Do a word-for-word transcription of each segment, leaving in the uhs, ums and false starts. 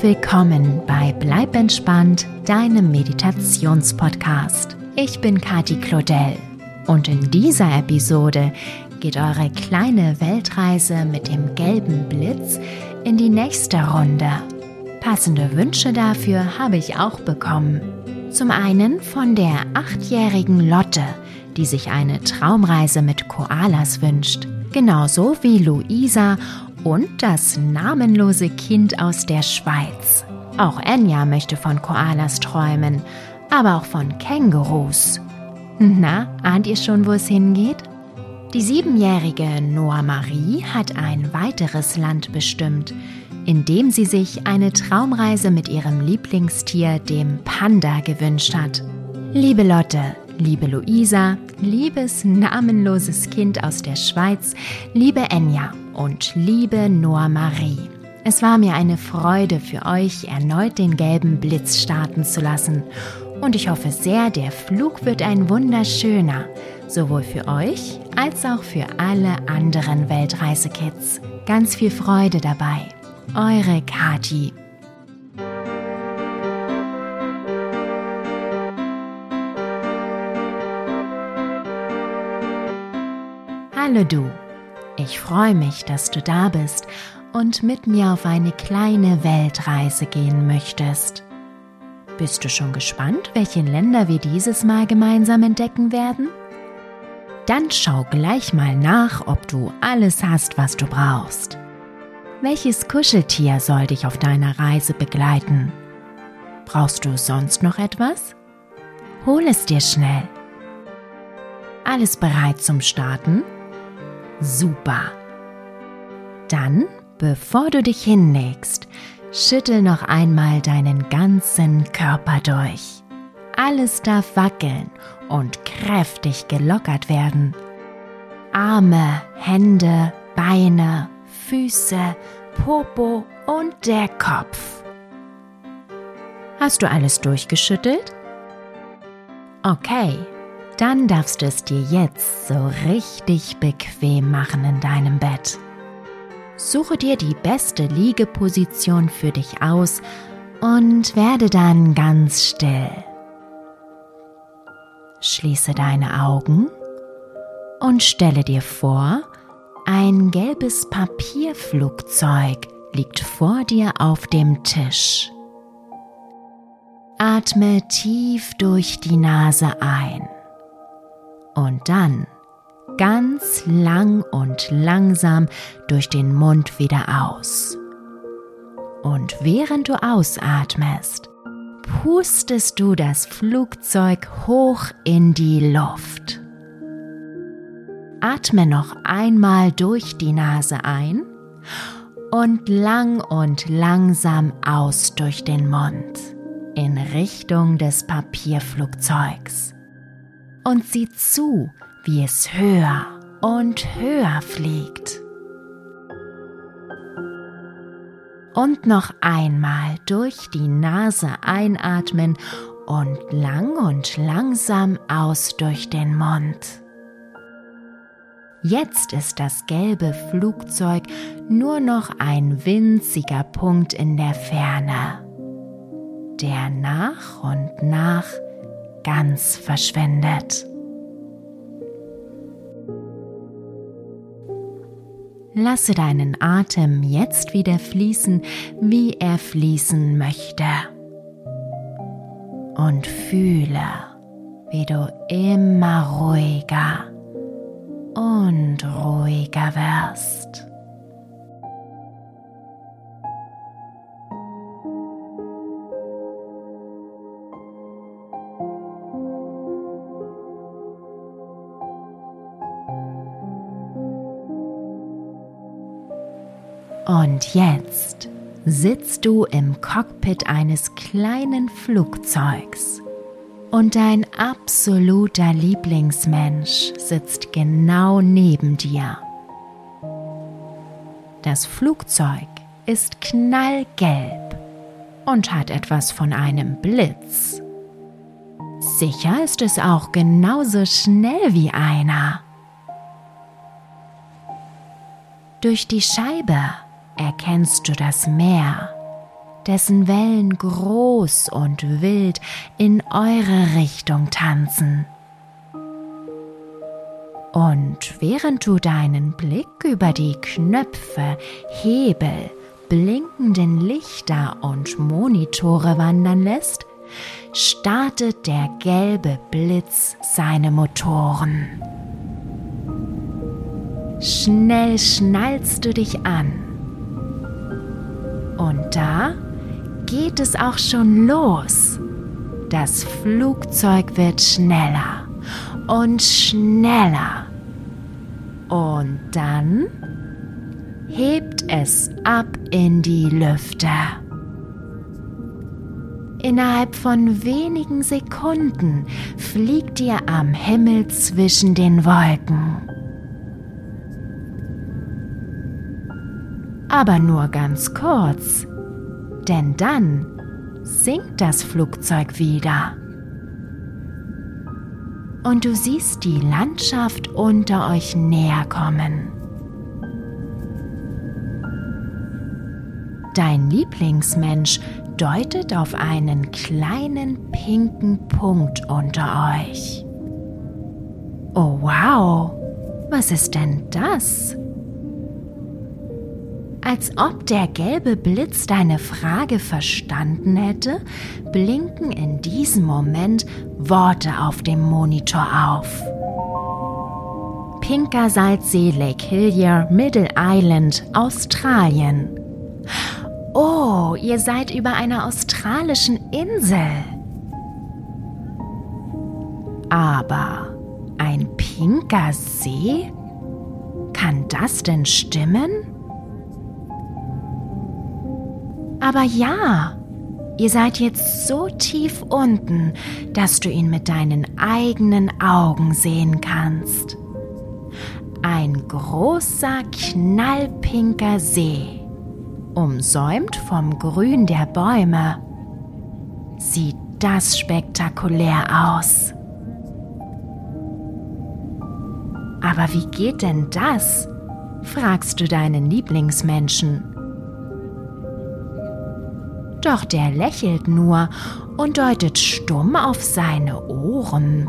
willkommen bei Bleib entspannt, deinem Meditationspodcast. Ich bin Kati Claudel und in dieser Episode geht eure kleine Weltreise mit dem gelben Blitz in die nächste Runde. Passende Wünsche dafür habe ich auch bekommen. Zum einen von der achtjährigen Lotte, die sich eine Traumreise mit Koalas wünscht. Genauso wie Luisa und das namenlose Kind aus der Schweiz. Auch Enya möchte von Koalas träumen, aber auch von Kängurus. Na, ahnt ihr schon, wo es hingeht? Die siebenjährige Noah Marie hat ein weiteres Land bestimmt, in dem sie sich eine Traumreise mit ihrem Lieblingstier, dem Panda, gewünscht hat. Liebe Lotte, liebe Luisa, liebes namenloses Kind aus der Schweiz, liebe Enya und liebe Noah Marie. Es war mir eine Freude für euch, erneut den gelben Blitz starten zu lassen. Und ich hoffe sehr, der Flug wird ein wunderschöner, sowohl für euch als auch für alle anderen Weltreisekids. Ganz viel Freude dabei. Eure Kati. Hallo du, ich freue mich, dass du da bist und mit mir auf eine kleine Weltreise gehen möchtest. Bist du schon gespannt, welche Länder wir dieses Mal gemeinsam entdecken werden? Dann schau gleich mal nach, ob du alles hast, was du brauchst. Welches Kuscheltier soll dich auf deiner Reise begleiten? Brauchst du sonst noch etwas? Hol es dir schnell. Alles bereit zum Starten? Super. Dann, bevor du dich hinlegst, schüttel noch einmal deinen ganzen Körper durch. Alles darf wackeln und kräftig gelockert werden. Arme, Hände, Beine, Füße, Popo und der Kopf. Hast du alles durchgeschüttelt? Okay. Dann darfst du es dir jetzt so richtig bequem machen in deinem Bett. Suche dir die beste Liegeposition für dich aus und werde dann ganz still. Schließe deine Augen und stelle dir vor, ein gelbes Papierflugzeug liegt vor dir auf dem Tisch. Atme tief durch die Nase ein. Und dann ganz lang und langsam durch den Mund wieder aus. Und während du ausatmest, pustest du das Flugzeug hoch in die Luft. Atme noch einmal durch die Nase ein und lang und langsam aus durch den Mund in Richtung des Papierflugzeugs. Und sieh zu, wie es höher und höher fliegt. Und noch einmal durch die Nase einatmen und lang und langsam aus durch den Mund. Jetzt ist das gelbe Flugzeug nur noch ein winziger Punkt in der Ferne, der nach und nach ganz verschwindet. Lasse deinen Atem jetzt wieder fließen, wie er fließen möchte. Und fühle, wie du immer ruhiger und ruhiger wirst. Und jetzt sitzt du im Cockpit eines kleinen Flugzeugs und dein absoluter Lieblingsmensch sitzt genau neben dir. Das Flugzeug ist knallgelb und hat etwas von einem Blitz. Sicher ist es auch genauso schnell wie einer. Durch die Scheibe erkennst du das Meer, dessen Wellen groß und wild in eure Richtung tanzen. Und während du deinen Blick über die Knöpfe, Hebel, blinkenden Lichter und Monitore wandern lässt, startet der gelbe Blitz seine Motoren. Schnell schnallst du dich an. Und da geht es auch schon los. Das Flugzeug wird schneller und schneller. Und dann hebt es ab in die Lüfte. Innerhalb von wenigen Sekunden fliegt ihr am Himmel zwischen den Wolken. Aber nur ganz kurz, denn dann sinkt das Flugzeug wieder. Und du siehst die Landschaft unter euch näher kommen. Dein Lieblingsmensch deutet auf einen kleinen pinken Punkt unter euch. Oh wow, was ist denn das? Als ob der gelbe Blitz deine Frage verstanden hätte, blinken in diesem Moment Worte auf dem Monitor auf. Pinker Salzsee, Lake Hillier, Middle Island, Australien. Oh, ihr seid über einer australischen Insel. Aber ein pinker See? Kann das denn stimmen? Aber ja, ihr seid jetzt so tief unten, dass du ihn mit deinen eigenen Augen sehen kannst. Ein großer, knallpinker See, umsäumt vom Grün der Bäume. Sieht das spektakulär aus. Aber wie geht denn das? Fragst du deinen Lieblingsmenschen. Doch der lächelt nur und deutet stumm auf seine Ohren.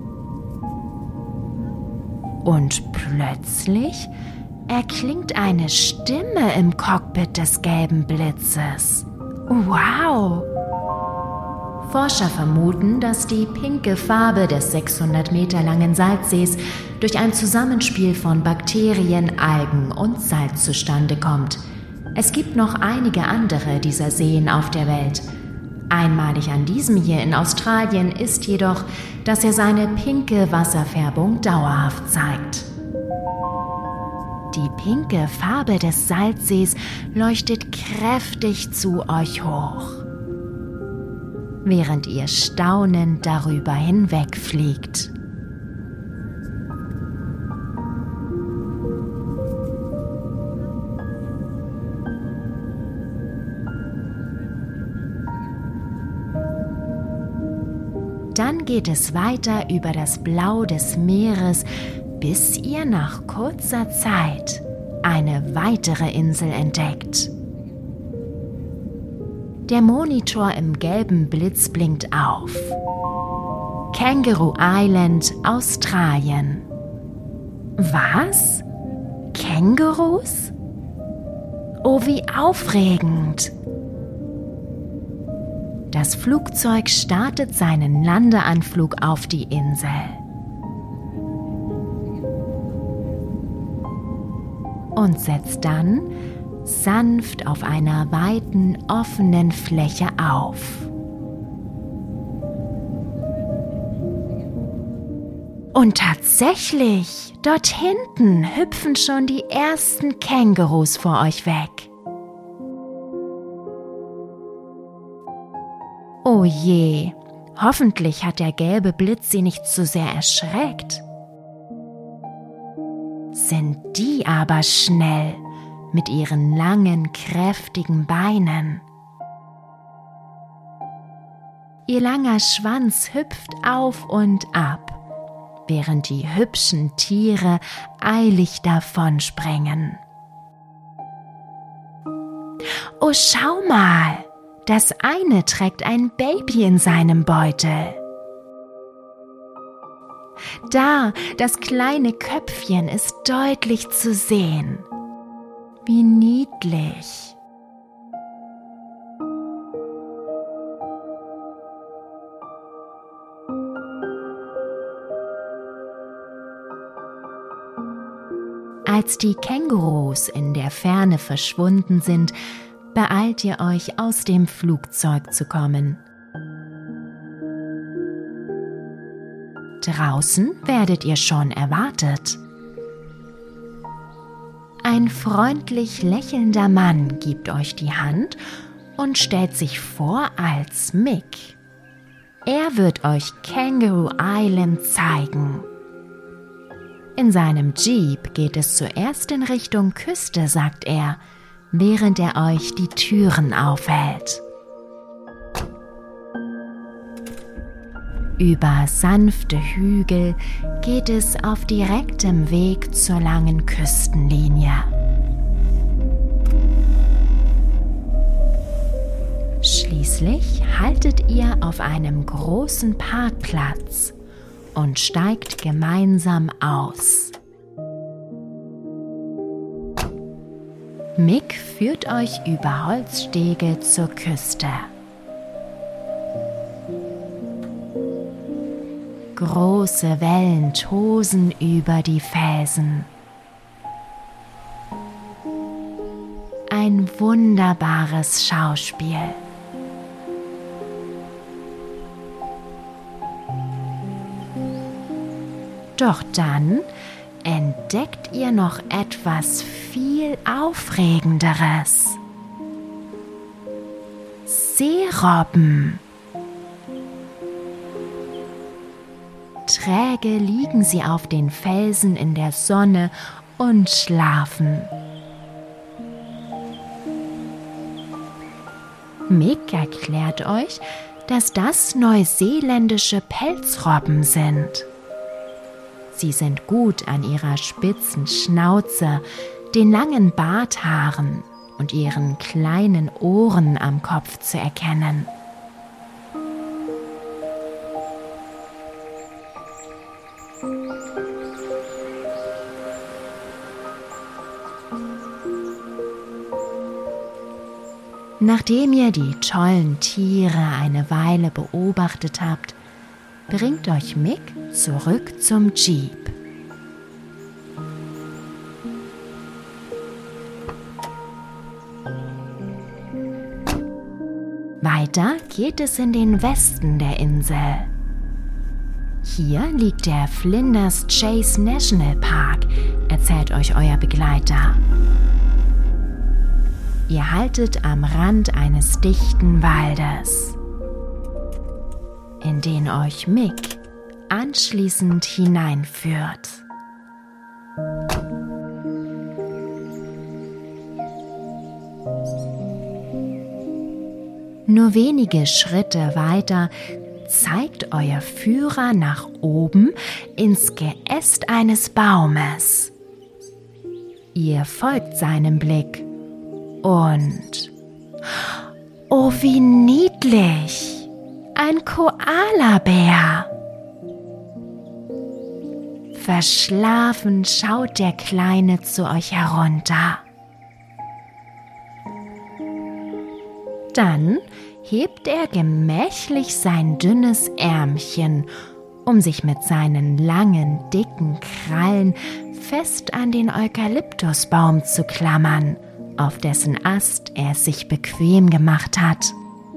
Und plötzlich erklingt eine Stimme im Cockpit des gelben Blitzes. Wow! Forscher vermuten, dass die pinke Farbe des sechshundert Meter langen Salzsees durch ein Zusammenspiel von Bakterien, Algen und Salz zustande kommt. Es gibt noch einige andere dieser Seen auf der Welt. Einmalig an diesem hier in Australien ist jedoch, dass er seine pinke Wasserfärbung dauerhaft zeigt. Die pinke Farbe des Salzsees leuchtet kräftig zu euch hoch, während ihr staunend darüber hinwegfliegt. Dann geht es weiter über das Blau des Meeres, bis ihr nach kurzer Zeit eine weitere Insel entdeckt. Der Monitor im gelben Blitz blinkt auf. Kangaroo Island, Australien. Was? Kängurus? Oh, wie aufregend! Das Flugzeug startet seinen Landeanflug auf die Insel. Und setzt dann sanft auf einer weiten, offenen Fläche auf. Und tatsächlich, dort hinten hüpfen schon die ersten Kängurus vor euch weg. Oh je, hoffentlich hat der gelbe Blitz sie nicht zu sehr erschreckt. Sind die aber schnell mit ihren langen, kräftigen Beinen. Ihr langer Schwanz hüpft auf und ab, während die hübschen Tiere eilig davonspringen. Oh, schau mal! Das eine trägt ein Baby in seinem Beutel. Da, das kleine Köpfchen ist deutlich zu sehen. Wie niedlich. Als die Kängurus in der Ferne verschwunden sind, beeilt ihr euch, aus dem Flugzeug zu kommen. Draußen werdet ihr schon erwartet. Ein freundlich lächelnder Mann gibt euch die Hand und stellt sich vor als Mick. Er wird euch Kangaroo Island zeigen. In seinem Jeep geht es zuerst in Richtung Küste, sagt er, während er euch die Türen aufhält. Über sanfte Hügel geht es auf direktem Weg zur langen Küstenlinie. Schließlich haltet ihr auf einem großen Parkplatz und steigt gemeinsam aus. Mick führt euch über Holzstege zur Küste. Große Wellen tosen über die Felsen. Ein wunderbares Schauspiel. Doch dann entdeckt ihr noch etwas viel Aufregenderes. Seerobben. Träge liegen sie auf den Felsen in der Sonne und schlafen. Mick erklärt euch, dass das neuseeländische Pelzrobben sind. Sie sind gut an ihrer spitzen Schnauze, den langen Barthaaren und ihren kleinen Ohren am Kopf zu erkennen. Nachdem ihr die tollen Tiere eine Weile beobachtet habt, bringt euch Mick zurück zum Jeep. Weiter geht es in den Westen der Insel. Hier liegt der Flinders Chase National Park, erzählt euch euer Begleiter. Ihr haltet am Rand eines dichten Waldes, in den euch Mick anschließend hineinführt. Nur wenige Schritte weiter zeigt euer Führer nach oben ins Geäst eines Baumes. Ihr folgt seinem Blick und... Oh, wie niedlich! Ein Koalabär! Verschlafen schaut der Kleine zu euch herunter. Dann hebt er gemächlich sein dünnes Ärmchen, um sich mit seinen langen, dicken Krallen fest an den Eukalyptusbaum zu klammern, auf dessen Ast er es sich bequem gemacht hat.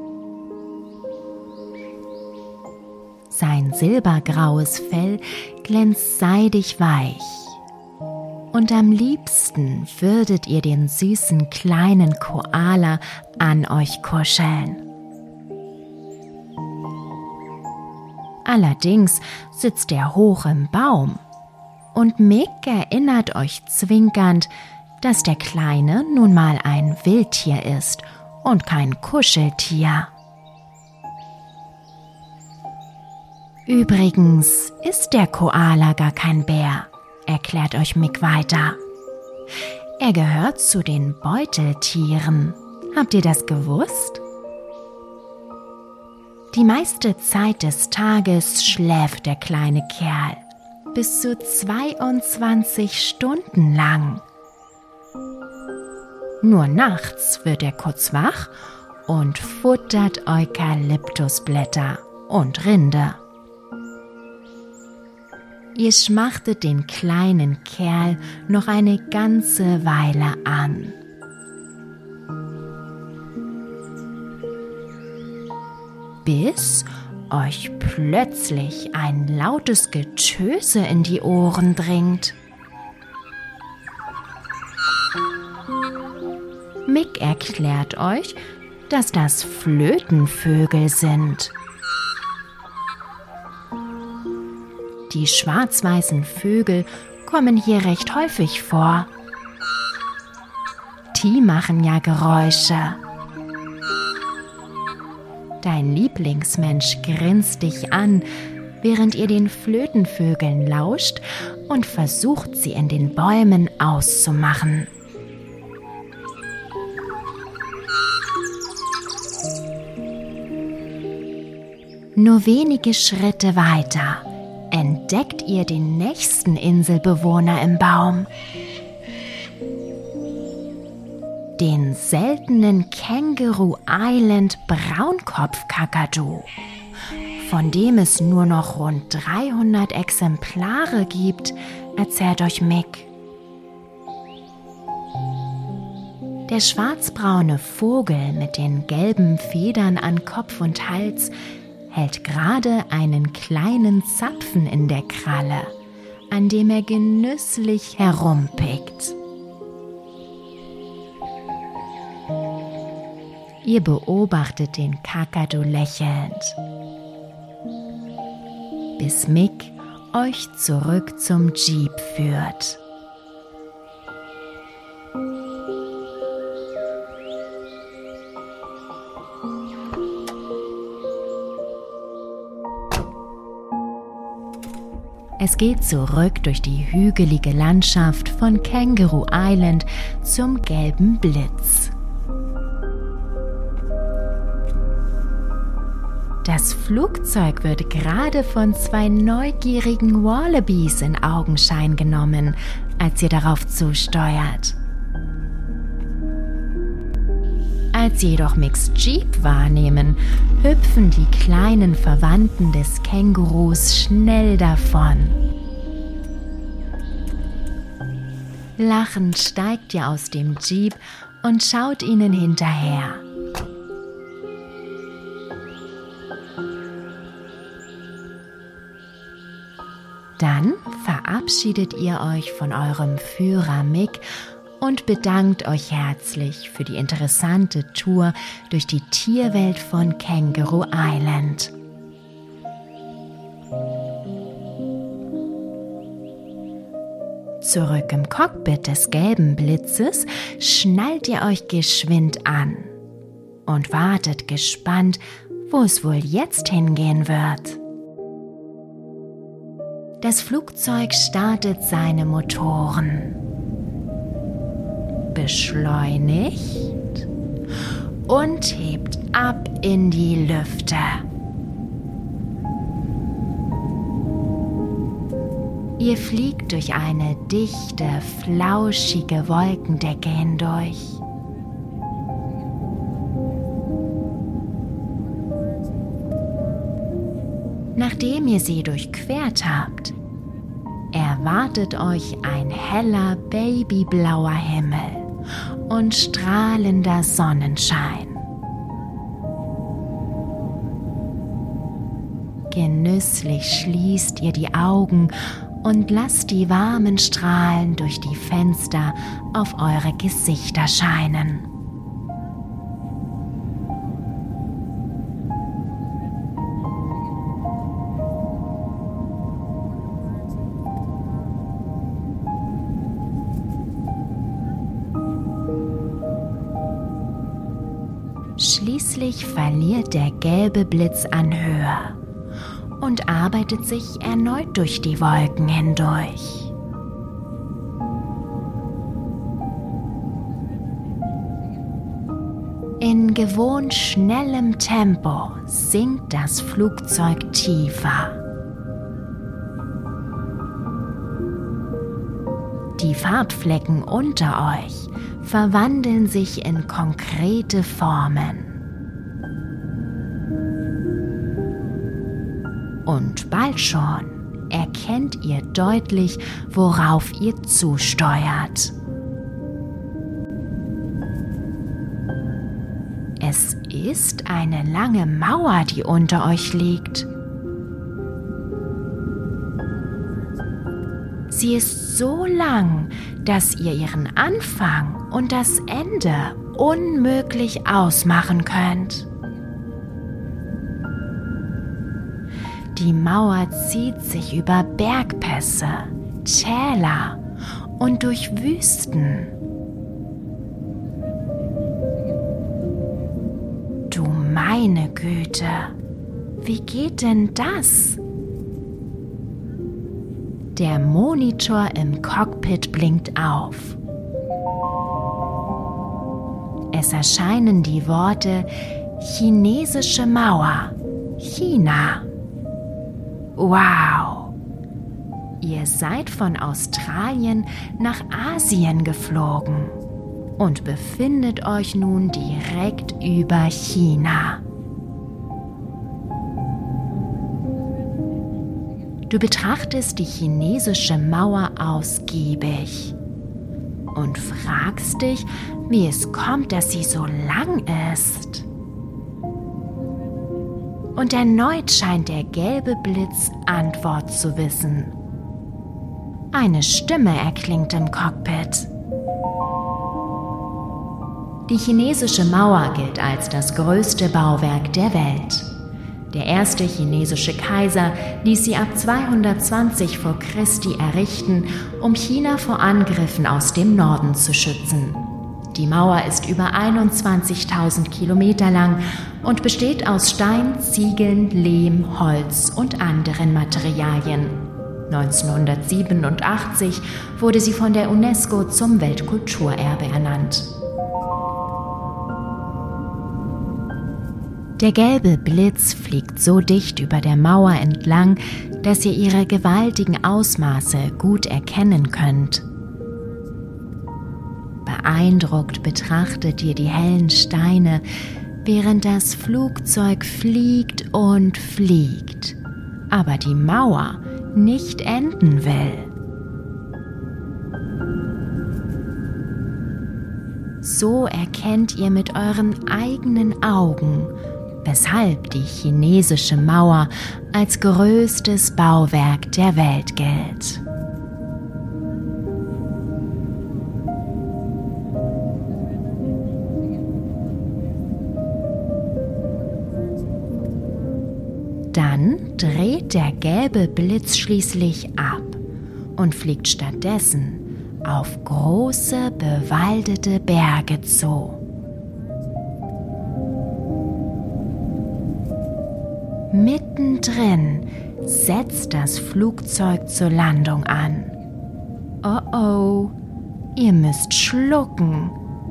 Sein silbergraues Fell glänzt seidig weich. Und am liebsten würdet ihr den süßen kleinen Koala an euch kuscheln. Allerdings sitzt er hoch im Baum und Mick erinnert euch zwinkernd, dass der Kleine nun mal ein Wildtier ist und kein Kuscheltier. Übrigens ist der Koala gar kein Bär, erklärt euch Mick weiter. Er gehört zu den Beuteltieren. Habt ihr das gewusst? Die meiste Zeit des Tages schläft der kleine Kerl, bis zu zweiundzwanzig Stunden lang. Nur nachts wird er kurz wach und futtert Eukalyptusblätter und Rinde. Ihr schmachtet den kleinen Kerl noch eine ganze Weile an. Bis euch plötzlich ein lautes Getöse in die Ohren dringt. Mick erklärt euch, dass das Flötenvögel sind. Die schwarz-weißen Vögel kommen hier recht häufig vor. Die machen ja Geräusche. Dein Lieblingsmensch grinst dich an, während ihr den Flötenvögeln lauscht und versucht, sie in den Bäumen auszumachen. Nur wenige Schritte weiter entdeckt ihr den nächsten Inselbewohner im Baum. Den seltenen Kangaroo Island Braunkopfkakadu, von dem es nur noch rund dreihundert Exemplare gibt, erzählt euch Mick. Der schwarzbraune Vogel mit den gelben Federn an Kopf und Hals hält gerade einen kleinen Zapfen in der Kralle, an dem er genüsslich herumpickt. Ihr beobachtet den Kakadu lächelnd, bis Mick euch zurück zum Jeep führt. Es geht zurück durch die hügelige Landschaft von Kangaroo Island zum gelben Blitz. Das Flugzeug wird gerade von zwei neugierigen Wallabies in Augenschein genommen, als ihr darauf zusteuert. Als sie jedoch Micks Jeep wahrnehmen, hüpfen die kleinen Verwandten des Kängurus schnell davon. Lachend steigt ihr aus dem Jeep und schaut ihnen hinterher. Dann verabschiedet ihr euch von eurem Führer Mick und bedankt euch herzlich für die interessante Tour durch die Tierwelt von Kangaroo Island. Zurück im Cockpit des gelben Blitzes schnallt ihr euch geschwind an und wartet gespannt, wo es wohl jetzt hingehen wird. Das Flugzeug startet seine Motoren, beschleunigt und hebt ab in die Lüfte. Ihr fliegt durch eine dichte, flauschige Wolkendecke hindurch. Nachdem ihr sie durchquert habt, erwartet euch ein heller, babyblauer Himmel und strahlender Sonnenschein. Genüsslich schließt ihr die Augen und lasst die warmen Strahlen durch die Fenster auf eure Gesichter scheinen. Schließlich verliert der gelbe Blitz an Höhe und arbeitet sich erneut durch die Wolken hindurch. In gewohnt schnellem Tempo sinkt das Flugzeug tiefer. Die Farbflecken unter euch verwandeln sich in konkrete Formen. Und bald schon erkennt ihr deutlich, worauf ihr zusteuert. Es ist eine lange Mauer, die unter euch liegt. Sie ist so lang, dass ihr ihren Anfang und das Ende unmöglich ausmachen könnt. Die Mauer zieht sich über Bergpässe, Täler und durch Wüsten. Du meine Güte, wie geht denn das? Der Monitor im Cockpit blinkt auf. Es erscheinen die Worte Chinesische Mauer, China. Wow! Ihr seid von Australien nach Asien geflogen und befindet euch nun direkt über China. Du betrachtest die chinesische Mauer ausgiebig und fragst dich, wie es kommt, dass sie so lang ist. Und erneut scheint der gelbe Blitz Antwort zu wissen. Eine Stimme erklingt im Cockpit. Die chinesische Mauer gilt als das größte Bauwerk der Welt. Der erste chinesische Kaiser ließ sie ab zweihundertzwanzig vor Christi errichten, um China vor Angriffen aus dem Norden zu schützen. Die Mauer ist über einundzwanzigtausend Kilometer lang und besteht aus Stein, Ziegeln, Lehm, Holz und anderen Materialien. neunzehnhundertsiebenundachtzig wurde sie von der UNESCO zum Weltkulturerbe ernannt. Der gelbe Blitz fliegt so dicht über der Mauer entlang, dass ihr ihre gewaltigen Ausmaße gut erkennen könnt. Beeindruckt betrachtet ihr die hellen Steine, während das Flugzeug fliegt und fliegt, aber die Mauer nicht enden will. So erkennt ihr mit euren eigenen Augen, weshalb die chinesische Mauer als größtes Bauwerk der Welt gilt. Dann dreht der gelbe Blitz schließlich ab und fliegt stattdessen auf große, bewaldete Berge zu. Mittendrin setzt das Flugzeug zur Landung an. Oh oh, ihr müsst schlucken.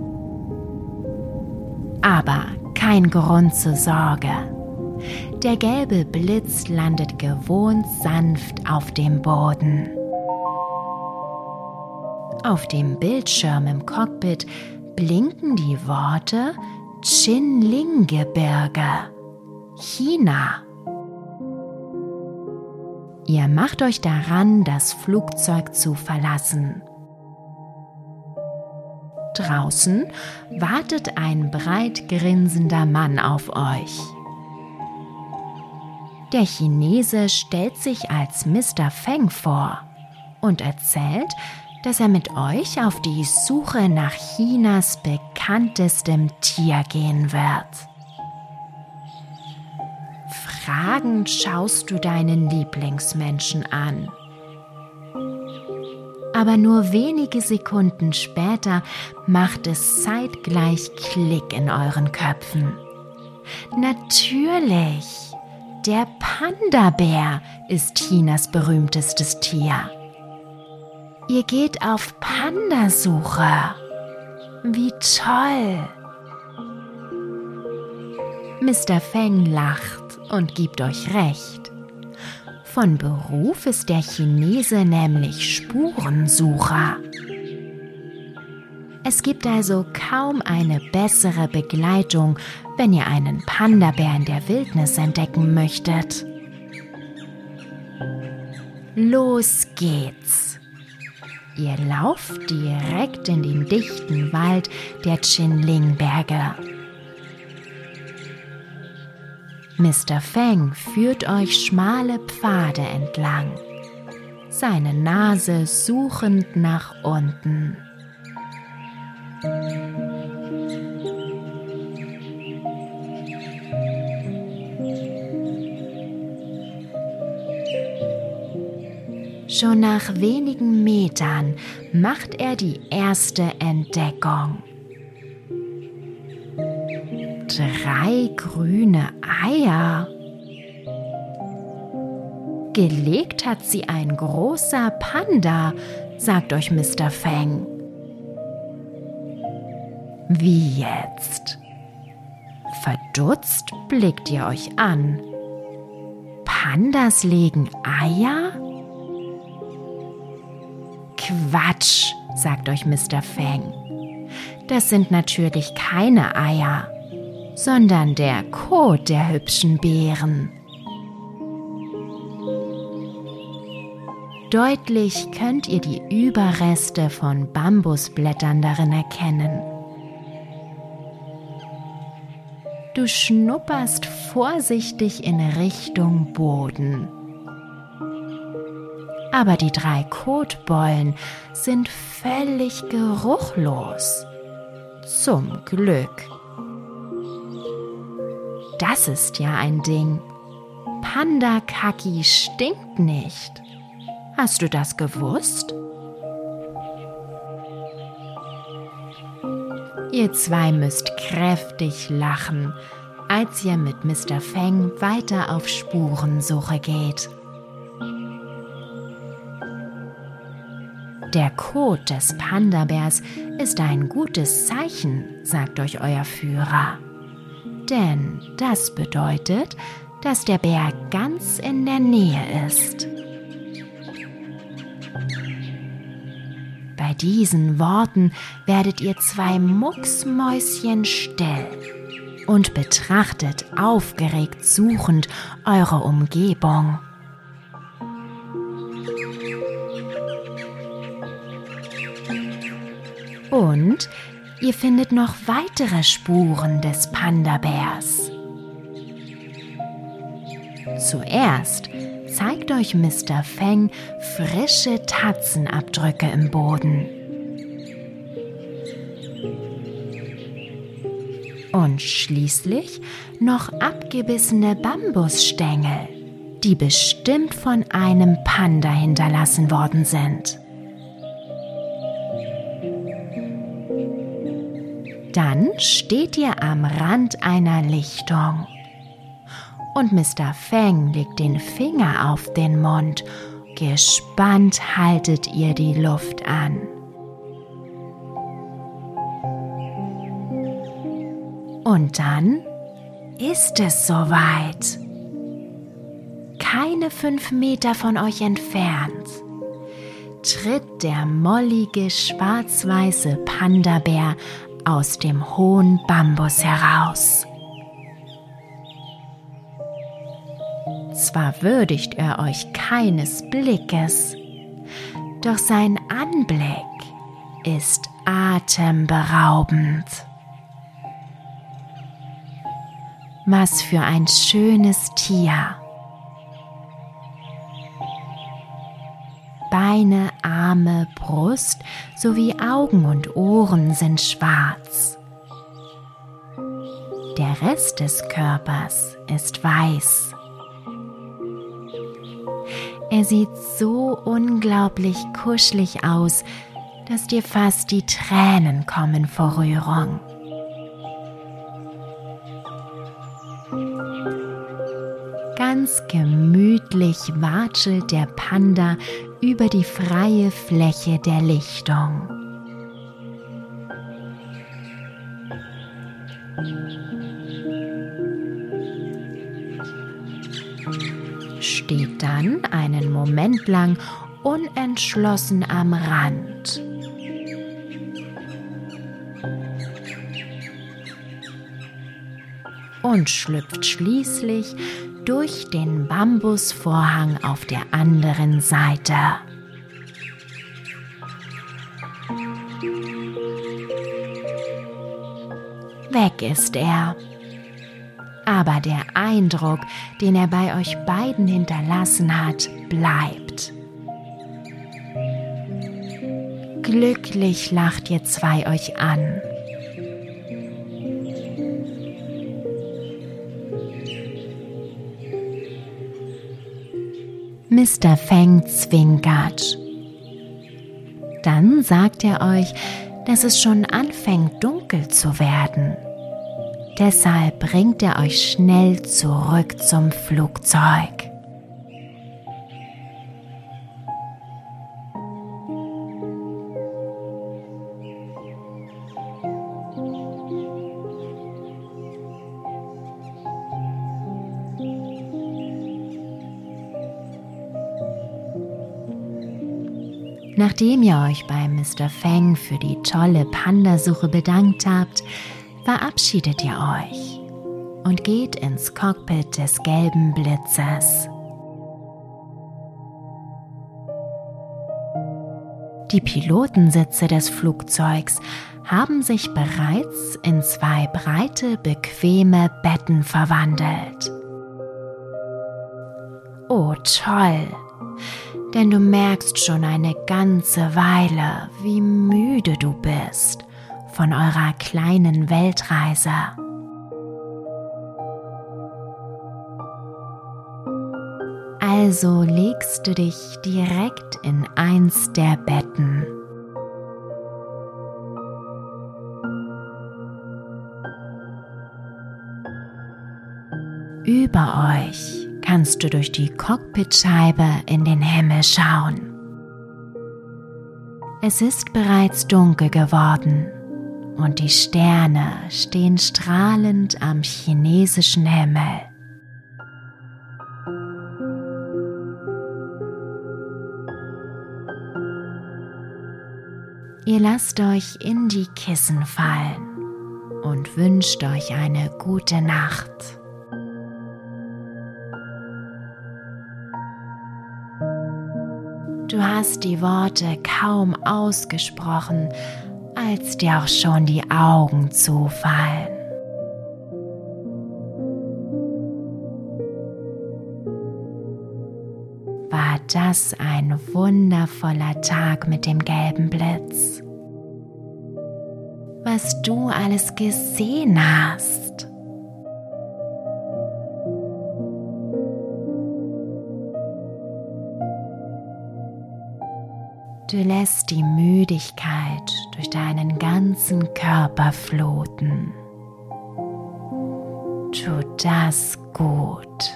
Aber kein Grund zur Sorge. Der gelbe Blitz landet gewohnt sanft auf dem Boden. Auf dem Bildschirm im Cockpit blinken die Worte Qinling-Gebirge, China. Ihr macht euch daran, das Flugzeug zu verlassen. Draußen wartet ein breit grinsender Mann auf euch. Der Chinese stellt sich als Mister Feng vor und erzählt, dass er mit euch auf die Suche nach Chinas bekanntestem Tier gehen wird. Fragend schaust du deinen Lieblingsmenschen an. Aber nur wenige Sekunden später macht es zeitgleich Klick in euren Köpfen. Natürlich! Der Panda-Bär ist Chinas berühmtestes Tier. Ihr geht auf Pandasuche. Wie toll! Mister Feng lacht und gibt euch recht. Von Beruf ist der Chinese nämlich Spurensucher. Es gibt also kaum eine bessere Begleitung, wenn ihr einen Panda-Bär in der Wildnis entdecken möchtet. Los geht's! Ihr lauft direkt in den dichten Wald der Qinling-Berge. Mister Feng führt euch schmale Pfade entlang, seine Nase suchend nach unten. Schon nach wenigen Metern macht er die erste Entdeckung. Drei grüne Eier. Gelegt hat sie ein großer Panda, sagt euch Mister Feng. Wie jetzt? Verdutzt blickt ihr euch an. Pandas legen Eier? Quatsch, sagt euch Mister Feng. Das sind natürlich keine Eier, sondern der Kot der hübschen Beeren. Deutlich könnt ihr die Überreste von Bambusblättern darin erkennen. Du schnupperst vorsichtig in Richtung Boden. Aber die drei Kotbollen sind völlig geruchlos. Zum Glück. Das ist ja ein Ding. Panda-Kaki stinkt nicht. Hast du das gewusst? Ihr zwei müsst kräftig lachen, als ihr mit Mister Feng weiter auf Spurensuche geht. Der Kot des Panda-Bärs ist ein gutes Zeichen, sagt euch euer Führer. Denn das bedeutet, dass der Bär ganz in der Nähe ist. Bei diesen Worten werdet ihr zwei Mucksmäuschen still und betrachtet aufgeregt suchend eure Umgebung. Und ihr findet noch weitere Spuren des Panda-Bärs. Zuerst zeigt euch Mister Feng frische Tatzenabdrücke im Boden. Und schließlich noch abgebissene Bambusstängel, die bestimmt von einem Panda hinterlassen worden sind. Dann steht ihr am Rand einer Lichtung und Mister Feng legt den Finger auf den Mund. Gespannt haltet ihr die Luft an. Und dann ist es soweit. Keine fünf Meter von euch entfernt tritt der mollige schwarz-weiße Panda-Bär aus dem hohen Bambus heraus. Zwar würdigt er euch keines Blickes, doch sein Anblick ist atemberaubend. Was für ein schönes Tier! Beine, Arme, Brust sowie Augen und Ohren sind schwarz. Der Rest des Körpers ist weiß. Er sieht so unglaublich kuschelig aus, dass dir fast die Tränen kommen vor Rührung. Ganz gemütlich watschelt der Panda über die freie Fläche der Lichtung. dann einen Moment lang unentschlossen am Rand. Und schlüpft schließlich durch den Bambusvorhang auf der anderen Seite. Weg ist er. Aber der Eindruck, den er bei euch beiden hinterlassen hat, bleibt. Glücklich lacht ihr zwei euch an. Mister Feng zwinkert. Dann sagt er euch, dass es schon anfängt dunkel zu werden. Deshalb bringt er euch schnell zurück zum Flugzeug. Nachdem ihr euch bei Mister Feng für die tolle Pandasuche bedankt habt, verabschiedet ihr euch und geht ins Cockpit des gelben Blitzes. Die Pilotensitze des Flugzeugs haben sich bereits in zwei breite, bequeme Betten verwandelt. Oh, toll! Denn du merkst schon eine ganze Weile, wie müde du bist von eurer kleinen Weltreise. Also legst du dich direkt in eins der Betten. Über euch kannst du durch die Cockpitscheibe in den Himmel schauen. Es ist bereits dunkel geworden und die Sterne stehen strahlend am chinesischen Himmel. Ihr lasst euch in die Kissen fallen und wünscht euch eine gute Nacht. Du hast die Worte kaum ausgesprochen, als dir auch schon die Augen zufallen. War das ein wundervoller Tag mit dem gelben Blitz? Was du alles gesehen hast. Du lässt die Müdigkeit durch deinen ganzen Körper fluten. Tut das gut.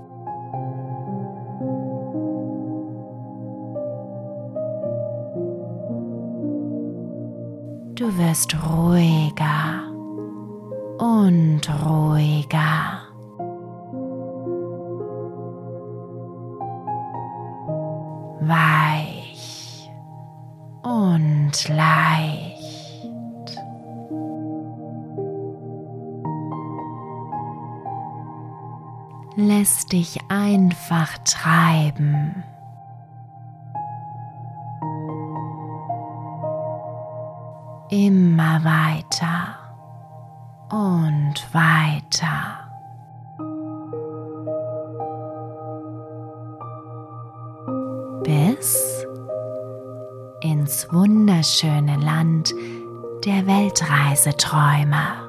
Du wirst ruhiger und ruhiger. Weich und leicht. Lass dich einfach treiben. Immer weiter und weiter. Bis ins wunderschöne Land der Weltreiseträume.